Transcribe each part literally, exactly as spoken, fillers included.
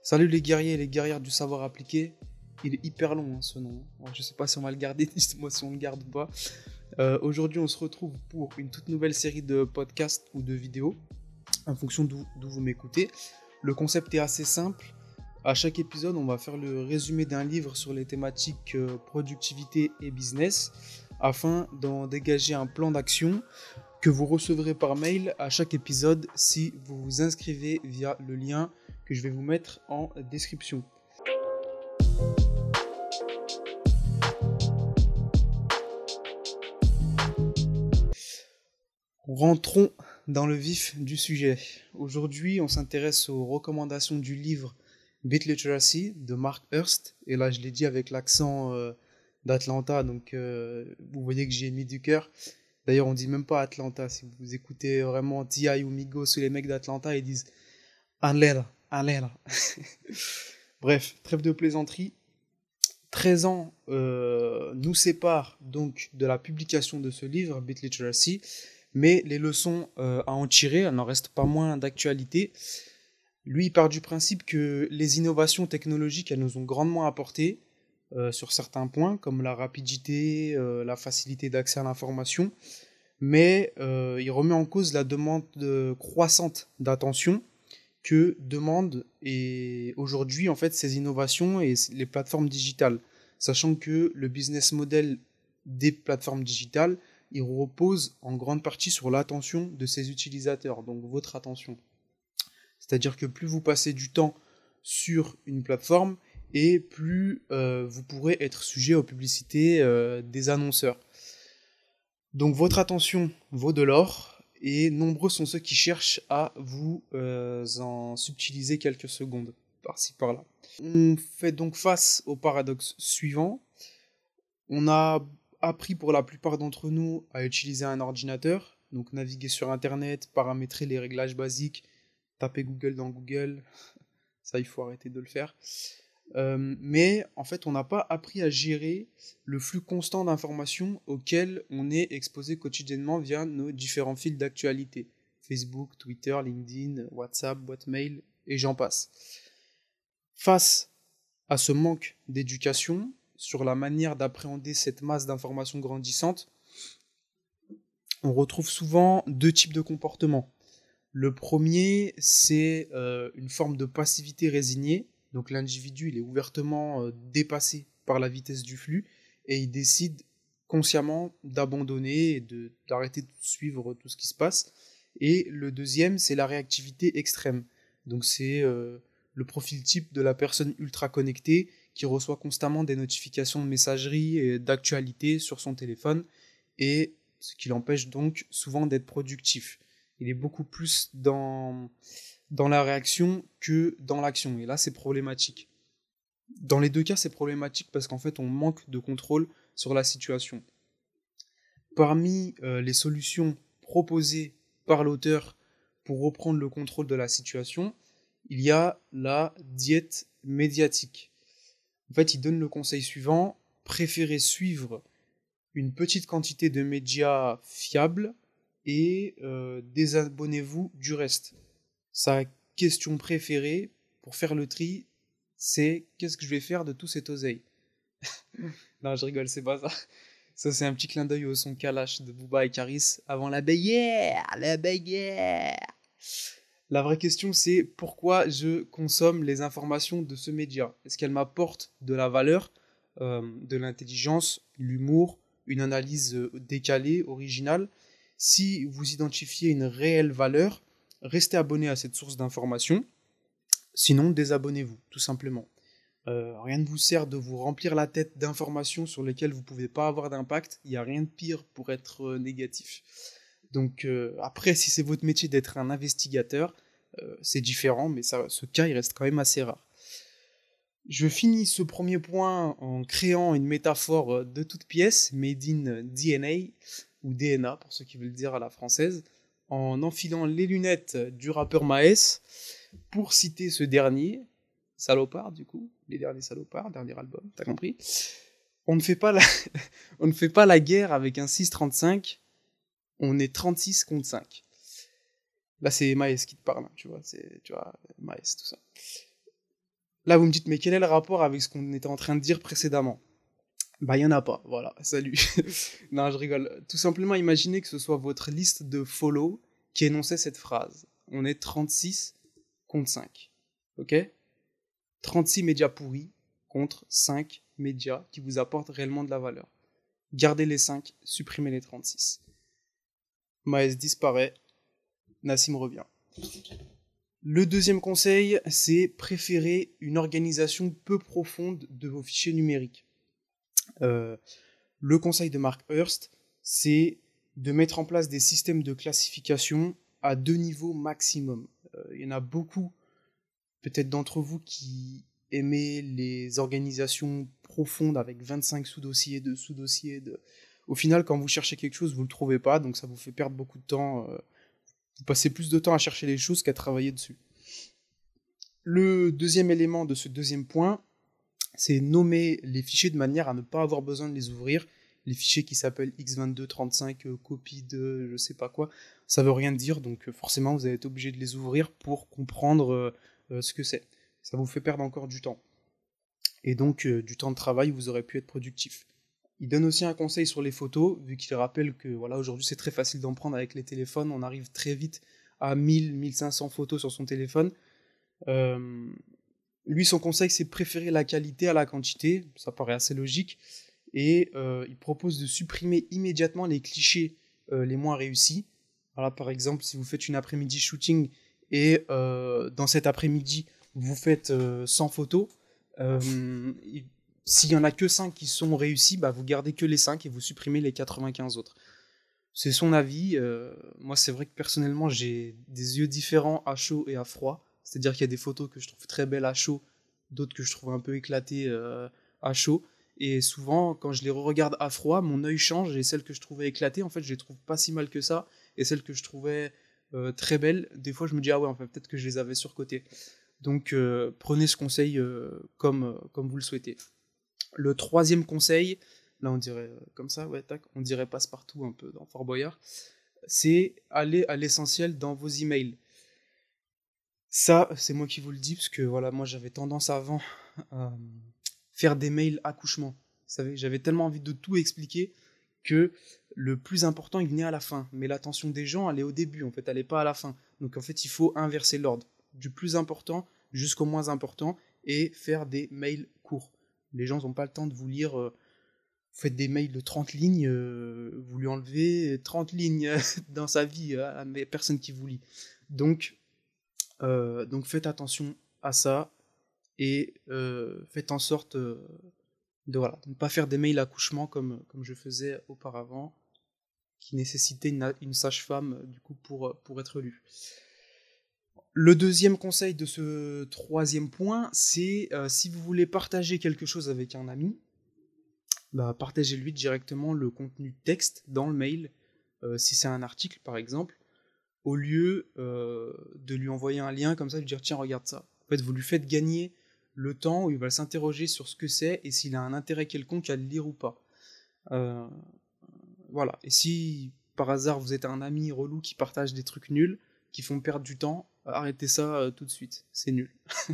Salut les guerriers et les guerrières du savoir appliqué. Il est hyper long hein, ce nom. Alors, je sais pas si on va le garder, dites-moi si on le garde ou pas. Euh, aujourd'hui, on se retrouve pour une toute nouvelle série de podcasts ou de vidéos, en fonction d'où, d'où vous m'écoutez. Le concept est assez simple. À chaque épisode, on va faire le résumé d'un livre sur les thématiques euh, productivité et business, afin d'en dégager un plan d'action que vous recevrez par mail à chaque épisode si vous vous inscrivez via le lien que je vais vous mettre en description. Rentrons dans le vif du sujet. Aujourd'hui, on s'intéresse aux recommandations du livre Beat Literacy de Mark Hurst. Et là, je l'ai dit avec l'accent euh, d'Atlanta, donc euh, vous voyez que j'ai mis du cœur. D'ailleurs, on dit même pas Atlanta. Si vous écoutez vraiment T I ou Migos ou les mecs d'Atlanta, ils disent Atlanta, Atlanta. Bref, trêve de plaisanterie. treize ans euh, nous séparent donc de la publication de ce livre, Beat Literacy, mais les leçons euh, à en tirer, elles n'en restent pas moins d'actualité. Lui, il part du principe que les innovations technologiques, elles nous ont grandement apporté euh, sur certains points, comme la rapidité, euh, la facilité d'accès à l'information, mais euh, il remet en cause la demande de croissante d'attention que demandent et aujourd'hui en fait ces innovations et les plateformes digitales, sachant que le business model des plateformes digitales, il repose en grande partie sur l'attention de ses utilisateurs, donc votre attention. C'est-à-dire que plus vous passez du temps sur une plateforme et plus euh, vous pourrez être sujet aux publicités euh, des annonceurs. Donc votre attention vaut de l'or et nombreux sont ceux qui cherchent à vous euh, en subtiliser quelques secondes par-ci par-là. On fait donc face au paradoxe suivant. On a appris pour la plupart d'entre nous à utiliser un ordinateur, donc naviguer sur internet, paramétrer les réglages basiques, taper Google dans Google, ça il faut arrêter de le faire. Euh, mais en fait, on n'a pas appris à gérer le flux constant d'informations auquel on est exposé quotidiennement via nos différents fils d'actualité. Facebook, Twitter, LinkedIn, WhatsApp, boîte mail, et j'en passe. Face à ce manque d'éducation sur la manière d'appréhender cette masse d'informations grandissantes, on retrouve souvent deux types de comportements. Le premier, c'est euh, une forme de passivité résignée. Donc l'individu, il est ouvertement euh, dépassé par la vitesse du flux et il décide consciemment d'abandonner et de, d'arrêter de suivre tout ce qui se passe. Et le deuxième, c'est la réactivité extrême. Donc c'est euh, le profil type de la personne ultra connectée qui reçoit constamment des notifications de messagerie et d'actualité sur son téléphone et ce qui l'empêche donc souvent d'être productif. Il est beaucoup plus dans, dans la réaction que dans l'action. Et là, c'est problématique. Dans les deux cas, c'est problématique parce qu'en fait, on manque de contrôle sur la situation. Parmi euh, les solutions proposées par l'auteur pour reprendre le contrôle de la situation, il y a la diète médiatique. En fait, il donne le conseil suivant, préférez suivre une petite quantité de médias fiables et euh, désabonnez-vous du reste. Sa question préférée pour faire le tri, c'est qu'est-ce que je vais faire de tout cet oseille. Non, je rigole, c'est pas ça. Ça, c'est un petit clin d'œil au son Kalash de Booba et Karis avant la bagarre, la bagarre. La vraie question, c'est pourquoi je consomme les informations de ce média. Est-ce qu'elles m'apportent de la valeur, euh, de l'intelligence, l'humour, une analyse décalée, originale? Si vous identifiez une réelle valeur, restez abonné à cette source d'information. Sinon, désabonnez-vous, tout simplement. Euh, rien ne vous sert de vous remplir la tête d'informations sur lesquelles vous ne pouvez pas avoir d'impact. Il n'y a rien de pire pour être euh, négatif. Donc euh, après, si c'est votre métier d'être un investigateur, euh, c'est différent, mais ça, ce cas, il reste quand même assez rare. Je finis ce premier point en créant une métaphore de toute pièce, made in D N A, ou D N A pour ceux qui veulent le dire à la française, en enfilant les lunettes du rappeur Maes, pour citer ce dernier, Salopard du coup, les derniers Salopards, dernier album, t'as compris. On ne fait pas la, on ne fait pas la guerre avec un six trente-cinq, on est trente-six contre cinq. Là c'est Maes qui te parle, hein, tu vois, c'est, tu vois, Maes, tout ça. Là, vous me dites, mais quel est le rapport avec ce qu'on était en train de dire précédemment? Bah, il n'y en a pas, voilà, salut. Non, je rigole. Tout simplement, imaginez que ce soit votre liste de follow qui énonçait cette phrase. On est trente-six contre cinq. Ok? trente-six médias pourris contre cinq médias qui vous apportent réellement de la valeur. Gardez les cinq, supprimez les trente-six. Maes disparaît, Nassim revient. Le deuxième conseil, c'est préférer une organisation peu profonde de vos fichiers numériques. Euh, le conseil de Mark Hurst, c'est de mettre en place des systèmes de classification à deux niveaux maximum. Euh, il y en a beaucoup, peut-être d'entre vous, qui aimaient les organisations profondes avec vingt-cinq sous-dossiers, de sous-dossiers. De... Au final, quand vous cherchez quelque chose, vous ne le trouvez pas, donc ça vous fait perdre beaucoup de temps. Euh, vous passez plus de temps à chercher les choses qu'à travailler dessus. Le deuxième élément de ce deuxième point, c'est nommer les fichiers de manière à ne pas avoir besoin de les ouvrir. Les fichiers qui s'appellent x vingt-deux trente-cinq, euh, copie de je sais pas quoi, ça veut rien dire, donc euh, forcément vous allez être obligé de les ouvrir pour comprendre euh, euh, ce que c'est. Ça vous fait perdre encore du temps. Et donc euh, du temps de travail, vous aurez pu être productif. Il donne aussi un conseil sur les photos, vu qu'il rappelle que voilà, aujourd'hui c'est très facile d'en prendre avec les téléphones, on arrive très vite à mille, mille cinq cents photos sur son téléphone. Euh, lui, son conseil, c'est de préférer la qualité à la quantité, ça paraît assez logique, et euh, il propose de supprimer immédiatement les clichés euh, les moins réussis. Voilà, par exemple, si vous faites une après-midi shooting et euh, dans cet après-midi, vous faites euh, cent photos, euh, il- s'il y en a que cinq qui sont réussies, bah, vous gardez que les cinq et vous supprimez les quatre-vingt-quinze autres. C'est son avis. Euh, moi, c'est vrai que personnellement, j'ai des yeux différents à chaud et à froid. C'est-à-dire qu'il y a des photos que je trouve très belles à chaud, d'autres que je trouve un peu éclatées euh, à chaud. Et souvent, quand je les re-regarde à froid, mon œil change et celles que je trouvais éclatées, en fait, je les trouve pas si mal que ça. Et celles que je trouvais euh, très belles, des fois, je me dis, ah ouais, en fait, peut-être que je les avais surcotées. Donc, euh, prenez ce conseil euh, comme, euh, comme vous le souhaitez. Le troisième conseil, là on dirait euh, comme ça, ouais, tac, on dirait passe-partout un peu dans Fort Boyard, c'est aller à l'essentiel dans vos emails. Ça, c'est moi qui vous le dis, parce que voilà, moi j'avais tendance avant à faire des mails accouchement. Vous savez, j'avais tellement envie de tout expliquer que le plus important, il venait à la fin. Mais l'attention des gens, elle est au début, en fait, elle n'est pas à la fin. Donc en fait, il faut inverser l'ordre. Du plus important jusqu'au moins important et faire des mails courts. Les gens n'ont pas le temps de vous lire. Euh, vous faites des mails de trente lignes, euh, vous lui enlevez trente lignes dans sa vie à la personne qui vous lit. Donc, euh, donc faites attention à ça et euh, faites en sorte euh, de, voilà, de ne pas faire des mails accouchement comme, comme je faisais auparavant, qui nécessitaient une, une sage-femme du coup pour, pour être lu. Le deuxième conseil de ce troisième point, c'est euh, si vous voulez partager quelque chose avec un ami, bah, partagez-lui directement le contenu texte dans le mail, euh, si c'est un article par exemple, au lieu euh, de lui envoyer un lien comme ça, de lui dire tiens regarde ça. En fait, vous lui faites gagner le temps où il va s'interroger sur ce que c'est et s'il a un intérêt quelconque à le lire ou pas. Euh, voilà. Et si par hasard vous êtes un ami relou qui partage des trucs nuls, qui font perdre du temps, arrêtez ça euh, tout de suite. C'est nul.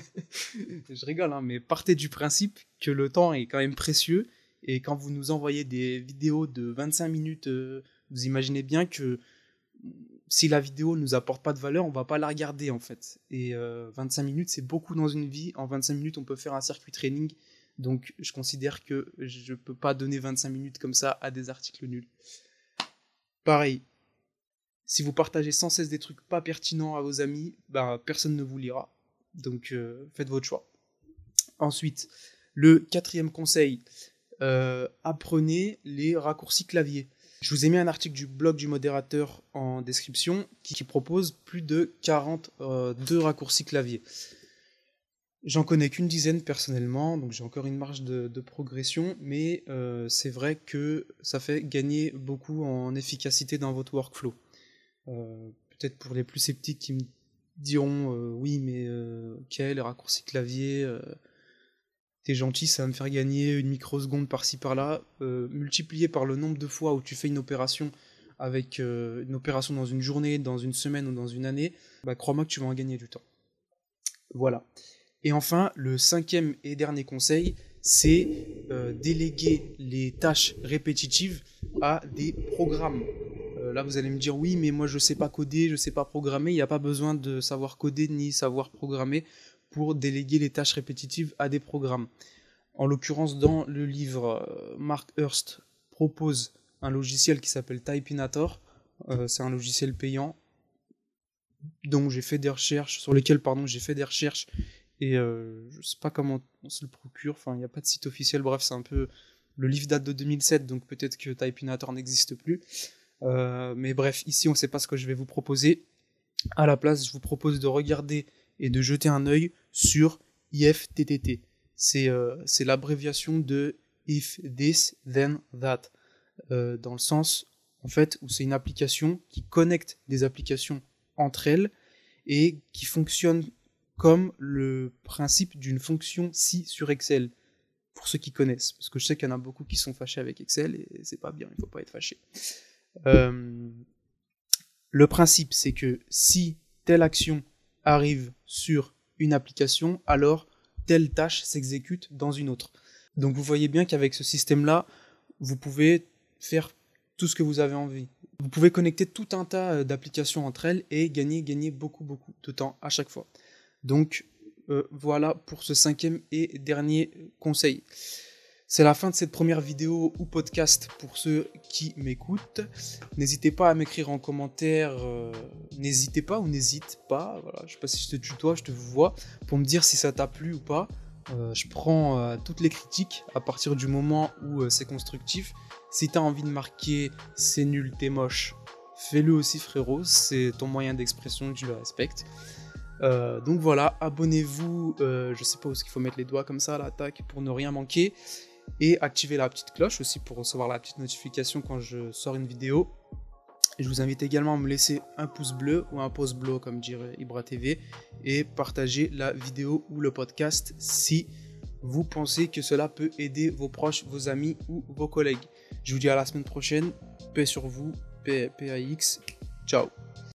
Je rigole, hein, mais partez du principe que le temps est quand même précieux et quand vous nous envoyez des vidéos de vingt-cinq minutes, euh, vous imaginez bien que si la vidéo ne nous apporte pas de valeur, on va pas la regarder en fait. Et euh, vingt-cinq minutes, c'est beaucoup dans une vie. En vingt-cinq minutes, on peut faire un circuit training. Donc je considère que je peux pas donner vingt-cinq minutes comme ça à des articles nuls. Pareil, si vous partagez sans cesse des trucs pas pertinents à vos amis, bah, personne ne vous lira. Donc euh, faites votre choix. Ensuite, le quatrième conseil, euh, apprenez les raccourcis clavier. Je vous ai mis un article du blog du modérateur en description qui, qui propose plus de quarante euh, deux raccourcis clavier. J'en connais qu'une dizaine personnellement, donc j'ai encore une marge de, de progression, mais euh, c'est vrai que ça fait gagner beaucoup en efficacité dans votre workflow. Euh, peut-être pour les plus sceptiques qui me diront euh, oui mais euh, ok les raccourcis clavier euh, t'es gentil, ça va me faire gagner une microseconde par-ci par-là, euh, multiplié par le nombre de fois où tu fais une opération avec euh, une opération dans une journée, dans une semaine ou dans une année, bah crois-moi que tu vas en gagner du temps. Voilà. Et enfin, le cinquième et dernier conseil, c'est euh, déléguer les tâches répétitives à des programmes. Euh, là, vous allez me dire, oui, mais moi, je ne sais pas coder, je ne sais pas programmer. Il n'y a pas besoin de savoir coder ni savoir programmer pour déléguer les tâches répétitives à des programmes. En l'occurrence, dans le livre, Mark Hurst propose un logiciel qui s'appelle Typinator. Euh, c'est un logiciel payant dont j'ai fait des recherches, sur lesquels pardon, j'ai fait des recherches et euh, je sais pas comment on se le procure. Enfin, il n'y a pas de site officiel. Bref, c'est un peu le livre date de deux mille sept, donc peut-être que Typinator n'existe plus. Euh, mais bref, ici on ne sait pas ce que je vais vous proposer. À la place, je vous propose de regarder et de jeter un œil sur I F T T T. C'est euh, c'est l'abréviation de If This Then That, euh, dans le sens en fait où c'est une application qui connecte des applications entre elles et qui fonctionne comme le principe d'une fonction si sur Excel, pour ceux qui connaissent, parce que je sais qu'il y en a beaucoup qui sont fâchés avec Excel et c'est pas bien, il faut pas être fâché. Euh, le principe, c'est que si telle action arrive sur une application, alors telle tâche s'exécute dans une autre. Donc vous voyez bien qu'avec ce système-là, vous pouvez faire tout ce que vous avez envie. Vous pouvez connecter tout un tas d'applications entre elles et gagner, gagner beaucoup, beaucoup de temps à chaque fois. Donc euh, voilà pour ce cinquième et dernier conseil. C'est la fin de cette première vidéo ou podcast pour ceux qui m'écoutent. N'hésitez pas à m'écrire en commentaire, euh, n'hésitez pas ou n'hésite pas, voilà, je sais pas si je te tutoie, je te vois, pour me dire si ça t'a plu ou pas. Euh, je prends euh, toutes les critiques à partir du moment où euh, c'est constructif. Si t'as envie de marquer c'est nul, t'es moche, fais-le aussi frérot, c'est ton moyen d'expression, je le respecte. Euh, donc voilà, abonnez-vous, euh, je sais pas où est-ce qu'il faut mettre les doigts comme ça à l'attaque pour ne rien manquer. Et activez la petite cloche aussi pour recevoir la petite notification quand je sors une vidéo. Et je vous invite également à me laisser un pouce bleu ou un pouce bleu comme dirait Ibra T V et partager la vidéo ou le podcast si vous pensez que cela peut aider vos proches, vos amis ou vos collègues. Je vous dis à la semaine prochaine, paix sur vous, P A X, ciao.